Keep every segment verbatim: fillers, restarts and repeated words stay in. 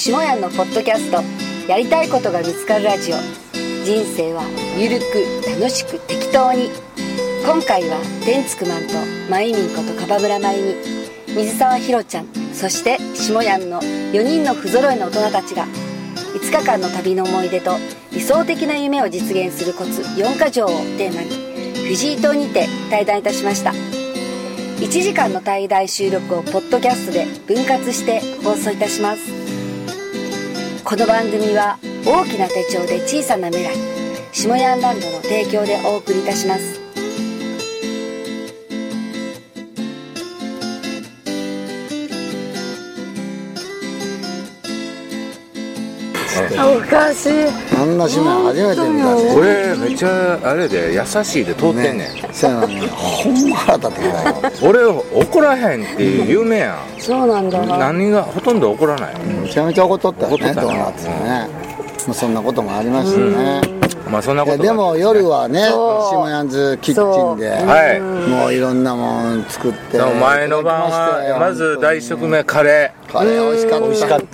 下屋のポッドキャスト、やりたいことが見つかるラジオ。人生はゆるく楽しく適当に。今回は天竺マンとまゆみんことかばむらまゆみ、水沢ひろちゃん、そして下屋のよにんの不揃いの大人たちがいつかかんの旅の思い出と理想的な夢を実現するコツよんか条をテーマに藤井島にて対談いたしました。いちじかんの対談収録をポッドキャストで分割して放送いたします。この番組は大きな手帳で小さな未来、下ヤンランドの提供でお送りいたします。おかしい。 あんな島初めて見たね。 これめっちゃあれで優しいで通ってんねん、 ね、そうなのにほんま腹立ってきた。 俺怒らへんっていう有名やん。 そうなんだな。 何がほとんど怒らない、 めちゃめちゃ怒っとったよね。 怒っとったなドーナツね、うん、もうそんなこともありましたね。 まあそんなことでも夜はね、下ヤンズキッチンで、はい、もういろんなもん作って。 前の晩はまず第一食目カレー。 カレー美味しかった。 美味しかった。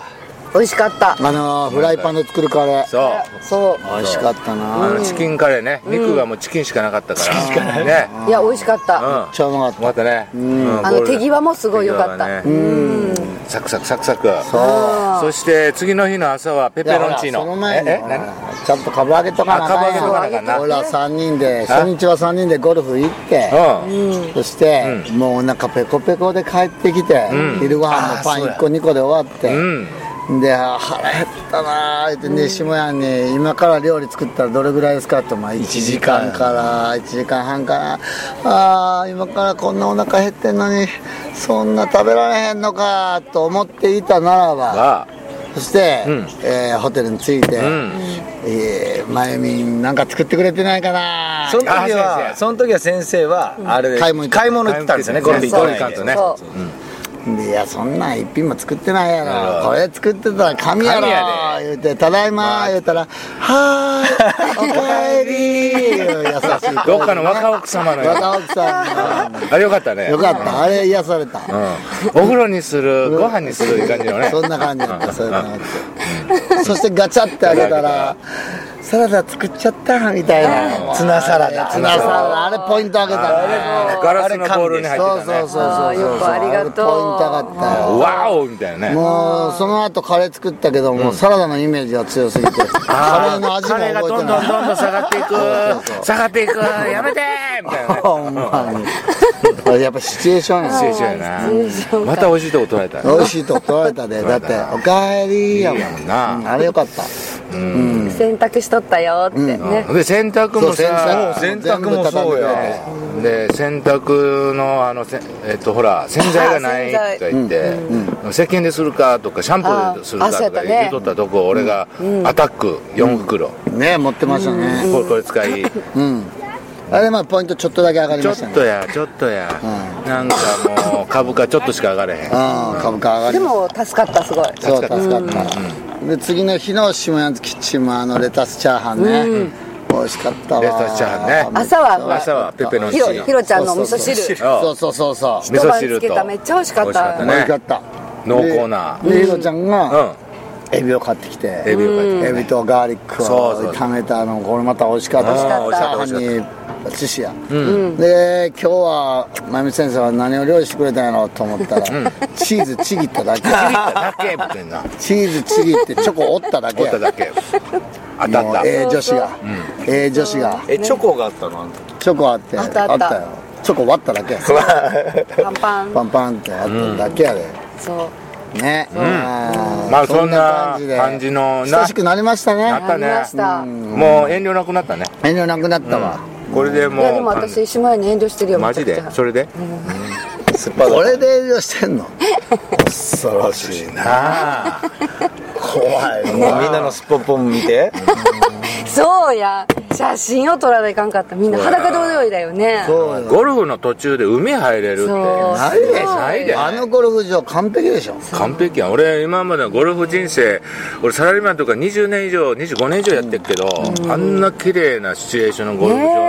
美味しかった。 あのフライパンで作るカレー。 そうそう美味しかったな。 あのチキンカレーね、肉がもうチキンしかなかったから。チキンしかないね。 いや美味しかった。 めっちゃうまかった。 またね。 あの手際もすごい良かった。うん。 サクサクサクサク。 そう。 そして次の日の朝はペペロンチーノ。 その前にちゃんと株上げとかな。 株上げとかなかな。 俺らさんにんで初日はさんにんでゴルフ行って、そしてもうお腹ペコペコで帰ってきて、昼ご飯もパンいっこにこで終わって。で腹減ったなーってね、下屋に今から料理作ったらどれぐらいですかって、まあいちじかんからいちじかんはんかな。あー今からこんなお腹減ってんのにそんな食べられへんのかと思っていたならば、そして、うんえー、ホテルに着いて、うんえー、まゆみんなんか作ってくれてないかな。 その時はその時は先生はあれ、うん、買い物買い物行ったんですよね。ゴルフ行かないとね。 いやそんなん一品も作ってないやろ、これ作ってたら神やろ言うて、ただいま言うたらはーいおかえり優しい。 どっかの若奥様の若奥さんあれよかったね。 よかった、あれ癒された、 お風呂にするご飯にするいう感じのね。 そんな感じだった。そういうのがあって、そしてガチャってあげたらサラダ作っちゃったみたいな。 ツナサラダツナサラダ、あれポイントあげたね。 ガラスのボウルに入ってたね。 そうそうそうそう、 よくありがとう。 ポイント上がったよ。 ワオみたいなね。 もうその後カレー作ったけども、サラダのイメージが強すぎてカレーの味も覚えてない。カレーがどんどんどんどん下がっていく下がっていくやめてみたいなね。 ほんまにやっぱシチュエーションや。 シチュエーションやな。また美味しいとこ取られた。 美味しいとこ取られたで。だっておかえりやもんな。あれよかった。 洗濯しとったよってね。 で洗濯もさ、 洗濯もそうや。 で洗濯のあのえっとほら洗剤がないとか言って石鹸でするかとかシャンプーでするかとか言うとったとこ、俺がアタックよんふくろね持ってましたね。 これ使い。 あれまあポイントちょっとだけ上がりましたね。 ちょっとやちょっとや、なんかもう株価ちょっとしか上がれへん。 株価上がり。 でも助かったすごい。 そう助かった。で次の日の下ヤンズキッチンもあのレタスチャーハンね、美味しかったわ。 レタスチャーハンね。 朝は朝はペペロンチーノ。 ひろちゃんの味噌汁。 そうそうそうそう。 一晩つけためっちゃ美味しかった。 美味しかった。 濃厚な。 でひろちゃんがエビを買ってきて、 エビを買ってきて、 エビとガーリックを炒めたのこれまた美味しかった。 美味しかった。 チャーハンに寿司や、うん、で今日はまゆみ先生は何を料理してくれたんやろうと思ったら、うん、チーズちぎっただけ。ちぎっただけみたいな。 チーズちぎってチョコ折っただけや。 折っただけ。当たった。 ええ女子が、ええ女子が。 えチョコがあったの？ チョコあってあったあったよ。チョコ割っただけや。 パンパンパンパンってあっただけやで。 そうね。 まあそんな感じの親しくなりましたね。 なったね。もう遠慮なくなったね。 遠慮なくなったわ。 これでもう。 いやでも私下屋に遠慮してるよ。 マジで？それで？ これで遠慮してんの？ 恐ろしいな。 怖い。 もうみんなのスポッポン見て。 そうや。写真を撮らないかんかった。みんな裸で泳いだよね。 ゴルフの途中で海入れるってないでないで。あのゴルフ場完璧でしょ。 完璧やん。俺今までのゴルフ人生、俺サラリーマンとかにじゅうねん以上にじゅうごねん以上やってるけど、あんな綺麗なシチュエーションのゴルフ場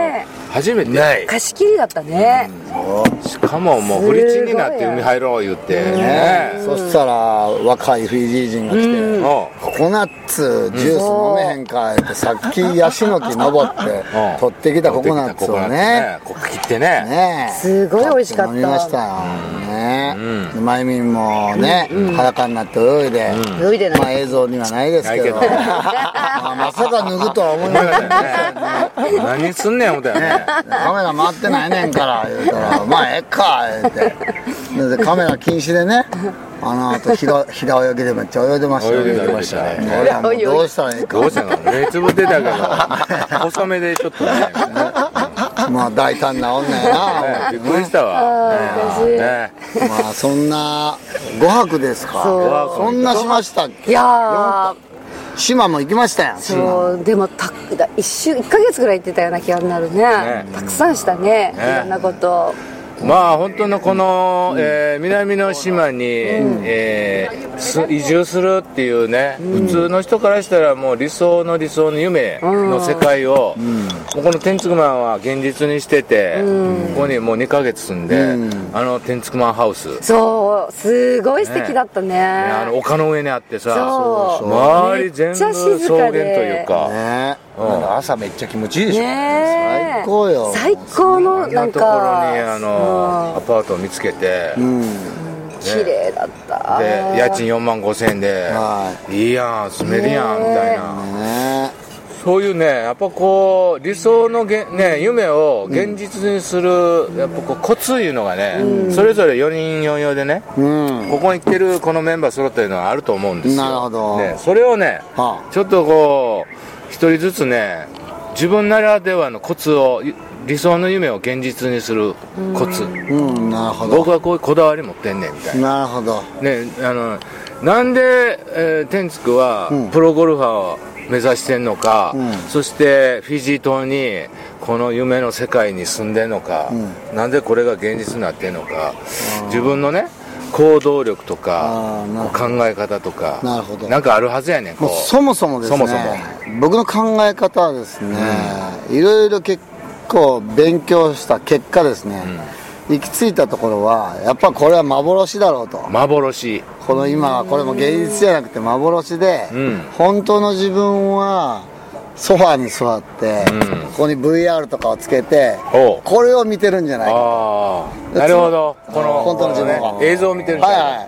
初めてない貸し切りだったね、 うん、しかももうフリチンになって海入ろう言ってね、 ね、そしたら若いフィジー人が来て、うん、ココナッツジュース飲めへんかってさっきヤシの木登って取ってきたココナッツをねここ切ってねねすごい美味しかった。 飲みましたよ、うんね、うん、マイミンもね、うん、裸になって泳いで、うん、泳いでない、まあ、映像にはないですけどまあまさか脱ぐとは思いませんでしたよね何すんねん思ったよねカメラ回ってないねんから言うたらまあええか言うてでカメラ禁止でねあのあと平平泳ぎでめっちゃ泳いでましたよ泳いでましたね俺はもうどうしたらいいかどうしたの目つぶってたけど細めでちょっとねまあ大胆な女やなびっくりしたわねまあそんなごはくですか。そ, そんなしましたっけ。 いや島も行きましたよ。 そうでもた一週一ヶ月ぐらい行ってたような気がなる ね, ねたくさんしたね、ね、いろんなことまあ本当のこの、えー、南の島に、うんえー、移住するっていうね、うん、普通の人からしたらもう理想の理想の夢の世界を、うん、もうこのテンツクマンは現実にしてて、うん、ここにもうにかげつ住んで、うん、あのテンツクマンハウスそうすごい素敵だった ね, ねあの丘の上にあってさそうそう周り全部草原というかねうん、朝めっちゃ気持ちいいでしょ、 ね、 最高よ最高のなんかところにあのアパートを見つけて、うんね、綺麗だったで家賃よんまんごせんえんで、はい、いいやん住めるやんみたいな、ね、そういうねやっぱこう理想のげ、ね、夢を現実にする、うん、やっぱこうコツいうのがね、うん、それぞれよにんよんよんでね、うん、ここに来てるこのメンバー揃ったいうのはあると思うんですよ。 なるほど、 ね、それをね、はあ、ちょっとこう一人ずつね自分ならではのコツを理想の夢を現実にするコツ、 うん、なるほど僕はこういうこだわり持ってんねんみたいな。 なるほど、 ね、あのなんで、えー、テンツクはプロゴルファーを目指してんのか、うん、そしてフィジー島にこの夢の世界に住んでんのか、うん、なんでこれが現実になってんのか、うん、自分のね行動力とか考え方とかなるほどなんかあるはずやねんこうもうそもそもですねそもそも僕の考え方はですね、うん、いろいろ結構勉強した結果ですね、うん、行き着いたところはやっぱこれは幻だろうと。 幻この今はこれも芸術じゃなくて幻で、うん、本当の自分はソファーに座って、うん、ここに ブイアール とかをつけてこれを見てるんじゃないか。 あなるほどこの本当の自分は、 ね、映像を見てるんじゃないか、 はいはい、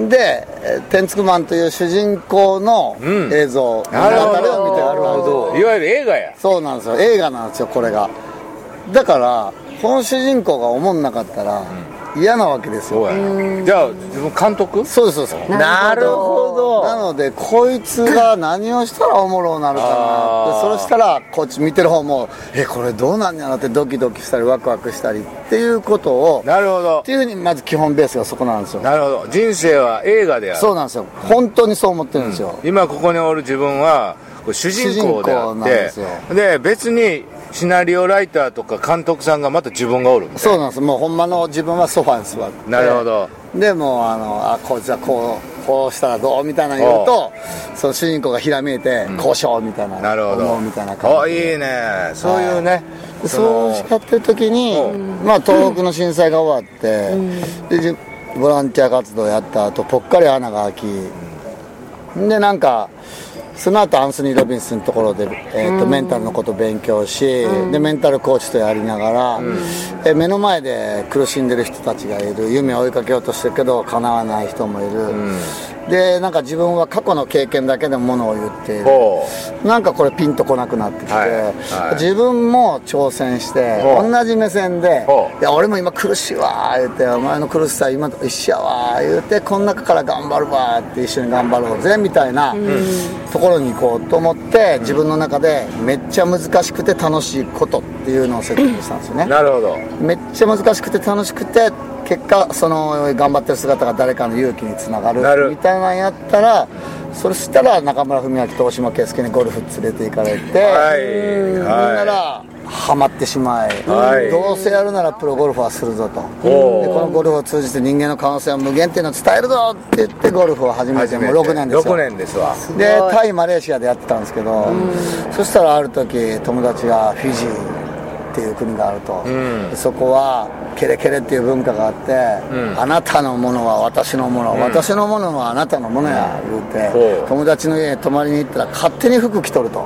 でテンツクマンという主人公の映像、うん、なるほどを見てる。なるほどいわゆる映画や。 そうなんですよ映画なんですよこれが。だからこの主人公が思んなかったら、うん、嫌なわけですよ。 じゃあ自分監督。 そうですそうです。 なるほど。 なのでこいつが何をしたらおもろになるかなってそしたらこっち見てる方もえこれどうなんやろってドキドキしたりワクワクしたりっていうことをなるほどっていうふうにまず基本ベースがそこなんですよ。 なるほど人生は映画である。 そうなんですよ本当にそう思ってるんですよ、 うん、今ここにおる自分は主人公であってで別にシナリオライターとか監督さんがまた自分がおるみたいな。 そうなんですもうほんまの自分はソファに座ってなるほどでもうあのあこいつはこうこうしたらどうみたいなの言うとその主人公がひらめいて、うん、こうしようみたいななるほど思うみたいな感じで。いいねそういうね、 はい、そうしかってる時に、まあ、東北の震災が終わって、うん、でボランティア活動やった後ぽっかり穴が開き、うん、でなんかその後アンソニー・ロビンスのところで、えーとうん、メンタルのことを勉強し、うん、でメンタルコーチとやりながら、うん、え目の前で苦しんでる人たちがいる夢を追いかけようとしてるけど叶わない人もいる、うん、でなんか自分は過去の経験だけでものを言っているなんかこれピンとこなくなってきて、はいはい、自分も挑戦して同じ目線でいや俺も今苦しいわ言ってお前の苦しさ今と一緒やわ言ってこの中から頑張るわって一緒に頑張ろうぜみたいな、うん、ところに行こうと思って自分の中でめっちゃ難しくて楽しいことっていうのを設定したんですよね。 なるほどめっちゃ難しくて楽しくて結果その頑張ってる姿が誰かの勇気につながるみたいなのやったらそれしたら中村文明と大島圭介にゴルフ連れて行かれて、はいはい、ならハマってしまい、はい、どうせやるならプロゴルファーするぞとでこのゴルフを通じて人間の可能性は無限っていうのを伝えるぞって言ってゴルフを始めてもうろくねんですよ。 ろくねんですわ。 でタイマレーシアでやってたんですけどそしたらある時友達がフィジーっていう国があると、うん、そこはケレケレっていう文化があって、うん、あなたのものは私のもの、うん、私のものはあなたのものや言うて、うん、友達の家に泊まりに行ったら勝手に服着とると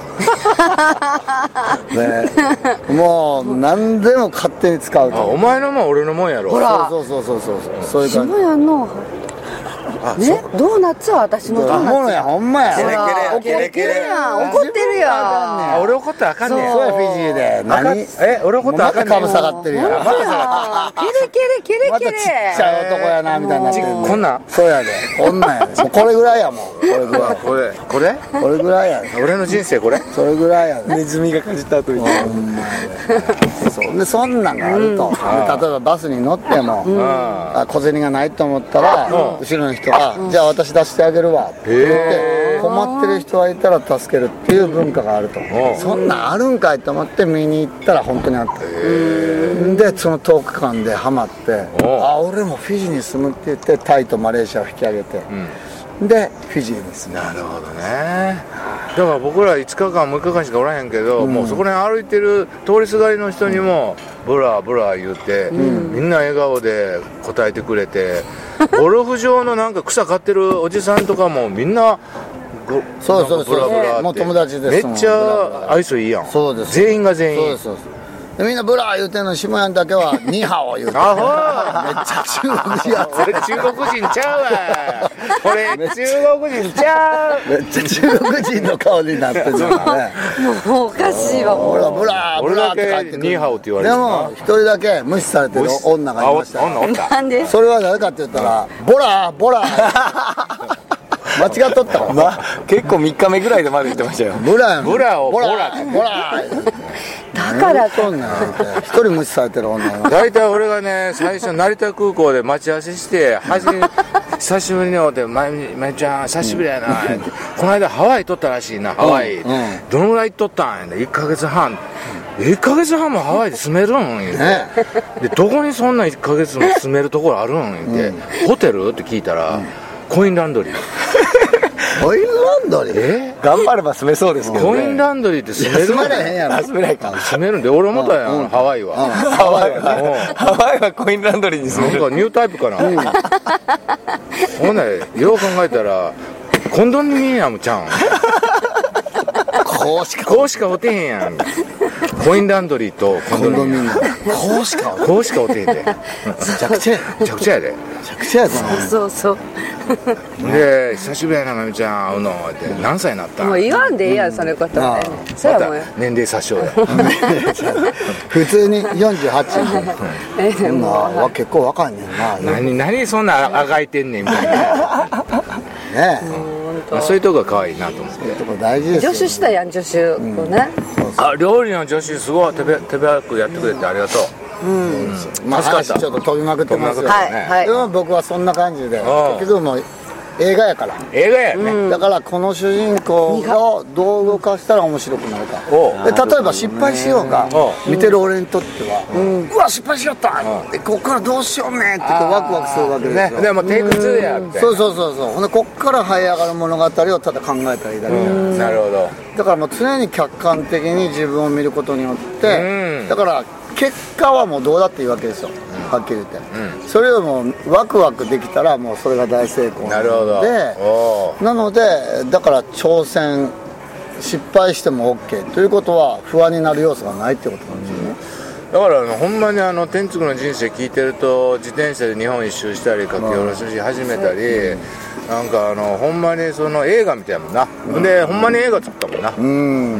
でもう何でも勝手に使うと。 お前のもん俺のもんやろ。 ほらそうそうそうそうそう、そういう感じ。 やんのね、ドーナツは私のドーナツものや、ほんまや。 ケレケレケレやん、怒ってるやん。 俺怒ったらあかんねん。 そうや、フィジーで何え、俺怒ったらあかんねん。 また株下がってるやん。 ケレケレケレケレ、 またちっちゃい男やなみたいになってる。 こんなんそうやで、こんなんやで。もうこれぐらいやもん。これぐらい。 これこれこれぐらいやで。 俺の人生これそれぐらいやで。 ネズミがかじった後みたいな。 そうで、そんなんがあると。例えばバスに乗っても小銭がないと思ったら後ろの人がじゃあ私出してあげるわって言って困ってる人がいたら助けるっていう文化があると。そんなんあるんかいと思って見に行ったら本当にあった。でそのとおかかんでハマってあ俺もフィジーに住むって言ってタイとマレーシアを引き上げて、うん、でフィジーに住む。 なるほどね。だから僕らいつかかんもういっかかんしかおらへんけど、うん、もうそこに歩いてる通りすがりの人にもブラブラ言うて、うん、みんな笑顔で答えてくれてゴルフ場のなんか草刈ってるおじさんとかもみんなそうそうそうブラブラってもう友達です。 めっちゃ愛想いいやん。 そうです。 全員が全員。 そうですそうです。でみんなブラー言うてんの下屋だけはニハオ言うてあほめっちゃ中国人やつ。 俺中国人ちゃうわ俺中国人ちゃうめっちゃ中国人の顔になってるからねもうおかしいわ。 ほらブラーブラーって帰ってくる。 ニーハオって言われる。 でも一人だけ無視されてる女がいました。 女おった。 なんでそれは誰かって言ったらボラーボラー間違っとったわ、 まあ、結構みっかめぐらいでまだ言ってましたよ。 ブラブラをボラボラだからそんなん一人無視されてる女が大体俺がね最初成田空港で待ち合わせしてはじ久しぶりに会うて「まゆちゃん久しぶりやな」ってこの間ハワイ行っとったらしいなハワイ、うんうん、どのぐらい行っとったんやいっかげつはんいっかげつはんもハワイで住めるん言うて、ね、でどこにそんないっかげつも住めるところあるん言うて、うん、ホテルって聞いたら、うん、コインランドリーコインランドリーえ頑張れば住めそうですけどね。 コインランドリーって住める住めれへんやろ。 住めないか住めるんで俺思ったやん、うん、ハワイは、うん、 ハワイはハワイはコインランドリーに住める。 なんかニュータイプかな、うん、ほんならよう考えたらコンドミニアムちゃんこうしかこうしかおてへんやん。コインランドリーとコンドミニアムこうしかこうしかおてへんでめちゃくちゃやめちゃくちゃやでめちゃくちゃやそうそうで久しぶりやなまみちゃん会うのって何歳になったんもう言わんでいいやんそれことね。そうやもん年齢詐称や普通によんじゅうはちそんな結構若いねんな。 何何そんなあがいてんねんみたいなねえそういうとこが可愛いなと思って。そういうとこ大事ですよ。 助手したやん助手こうね。 あ料理の助手すごい手早くやってくれてありがとう。うんまあ話ちょっと飛びまくってますよ。 はいでも僕はそんな感じで結局もう映画やから映画やね。 だからこの主人公をどう動かしたら面白くなるかで例えば失敗しようが見てる俺にとってはうわ失敗しよったでこっからどうしようねってワクワクするわけですよ。 でもテイクツーやみたいな。 そうそうそうそうほんでこっから這い上がる物語をただ考えたらいいだけじゃない。 なるほど。 だからもう常に客観的に自分を見ることによってだから結果はもうどうだっていいわけですよはっきり言って、うん、それよりもワクワクできたらもうそれが大成功なのでなのでだから挑戦失敗しても OK ということは不安になる要素がないってことなんですよね、 うん、だからあのほんまにあの天竺の人生聞いてると自転車で日本一周したり書き下ろし始めたり、うん、なんかあのほんまにその映画みたいもんな、うん、でほんまに映画作ったもんな、うん、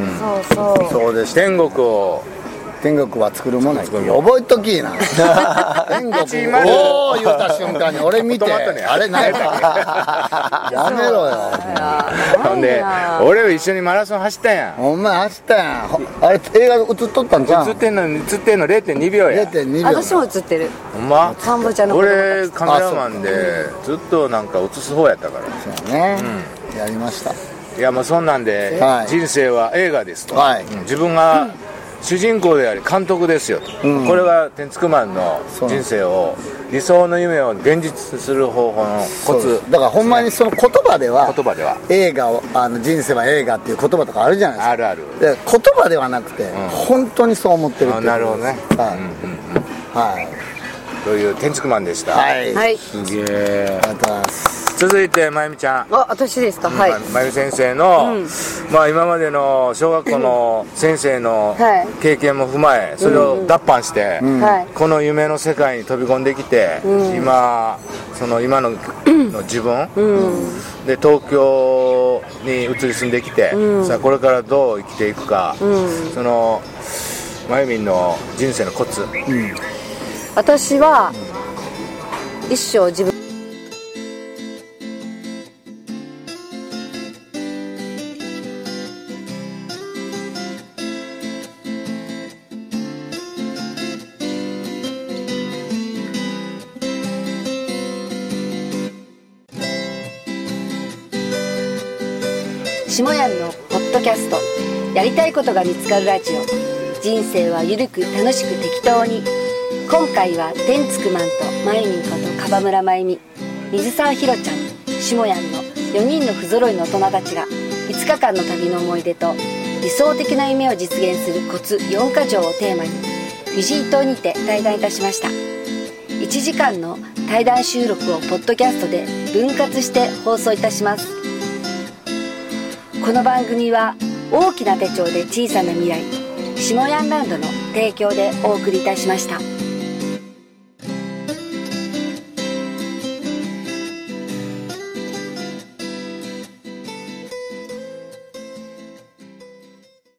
そうそうそうです。 天国を天国は作るもの覚えときな天国おお言うた瞬間に俺見てあれ何やったっけやめろよほんで俺一緒にマラソン走ったやん。 ほんま走ったやんあれ映画映っとったんじゃん。 映ってんの映ってんの れいてんにびょうや。 れいてんにびょう私も映ってるほんまカンボジアの俺カメラマンでずっとなんか映す方やったからそうね、うん、やりました。 いやもうそんなんで、はい、人生は映画ですと、 はいうん、自分が主人公であり監督ですよと、うん、これが天竺マンの人生を理想の夢を現実する方法のコツだからほんまにその言葉では言葉では映画をあの人生は映画っていう言葉とかあるじゃないですか。 あるある。 で言葉ではなくて、うん、本当にそう思ってるっていう。 なるほどね。 はい、うんうんうん、はい。 という天竺マンでした。 はい。 はい。 すげえ。 ありがとうございます。 続いてまゆみちゃん。 あ、私ですか。はい。 まゆみ先生の、うん、まあ今までの小学校の先生の経験も踏まえ、それを脱藩して、うんうん、この夢の世界に飛び込んできて、うん、今その今のの自分、うん、で東京に移り住んできて、うん、さあこれからどう生きていくか、うん、そのまゆみんの人生のコツ。うん、 私は一生自分下やんのポッドキャストやりたいことが見つかるラジオ人生はゆるく楽しく適当に今回は天竺マンとまゆみんこと樺村まゆみ水沢ひろちゃん下やんのよにんの不揃いの大人たちがいつかかんの旅の思い出と理想的な夢を実現するコツよんか条をテーマにフィジー島にて対談いたしました。いちじかんの対談収録をポッドキャストで分割して放送いたします。この番組は大きな手帳で小さな未来下ヤンランドの提供でお送りいたしました。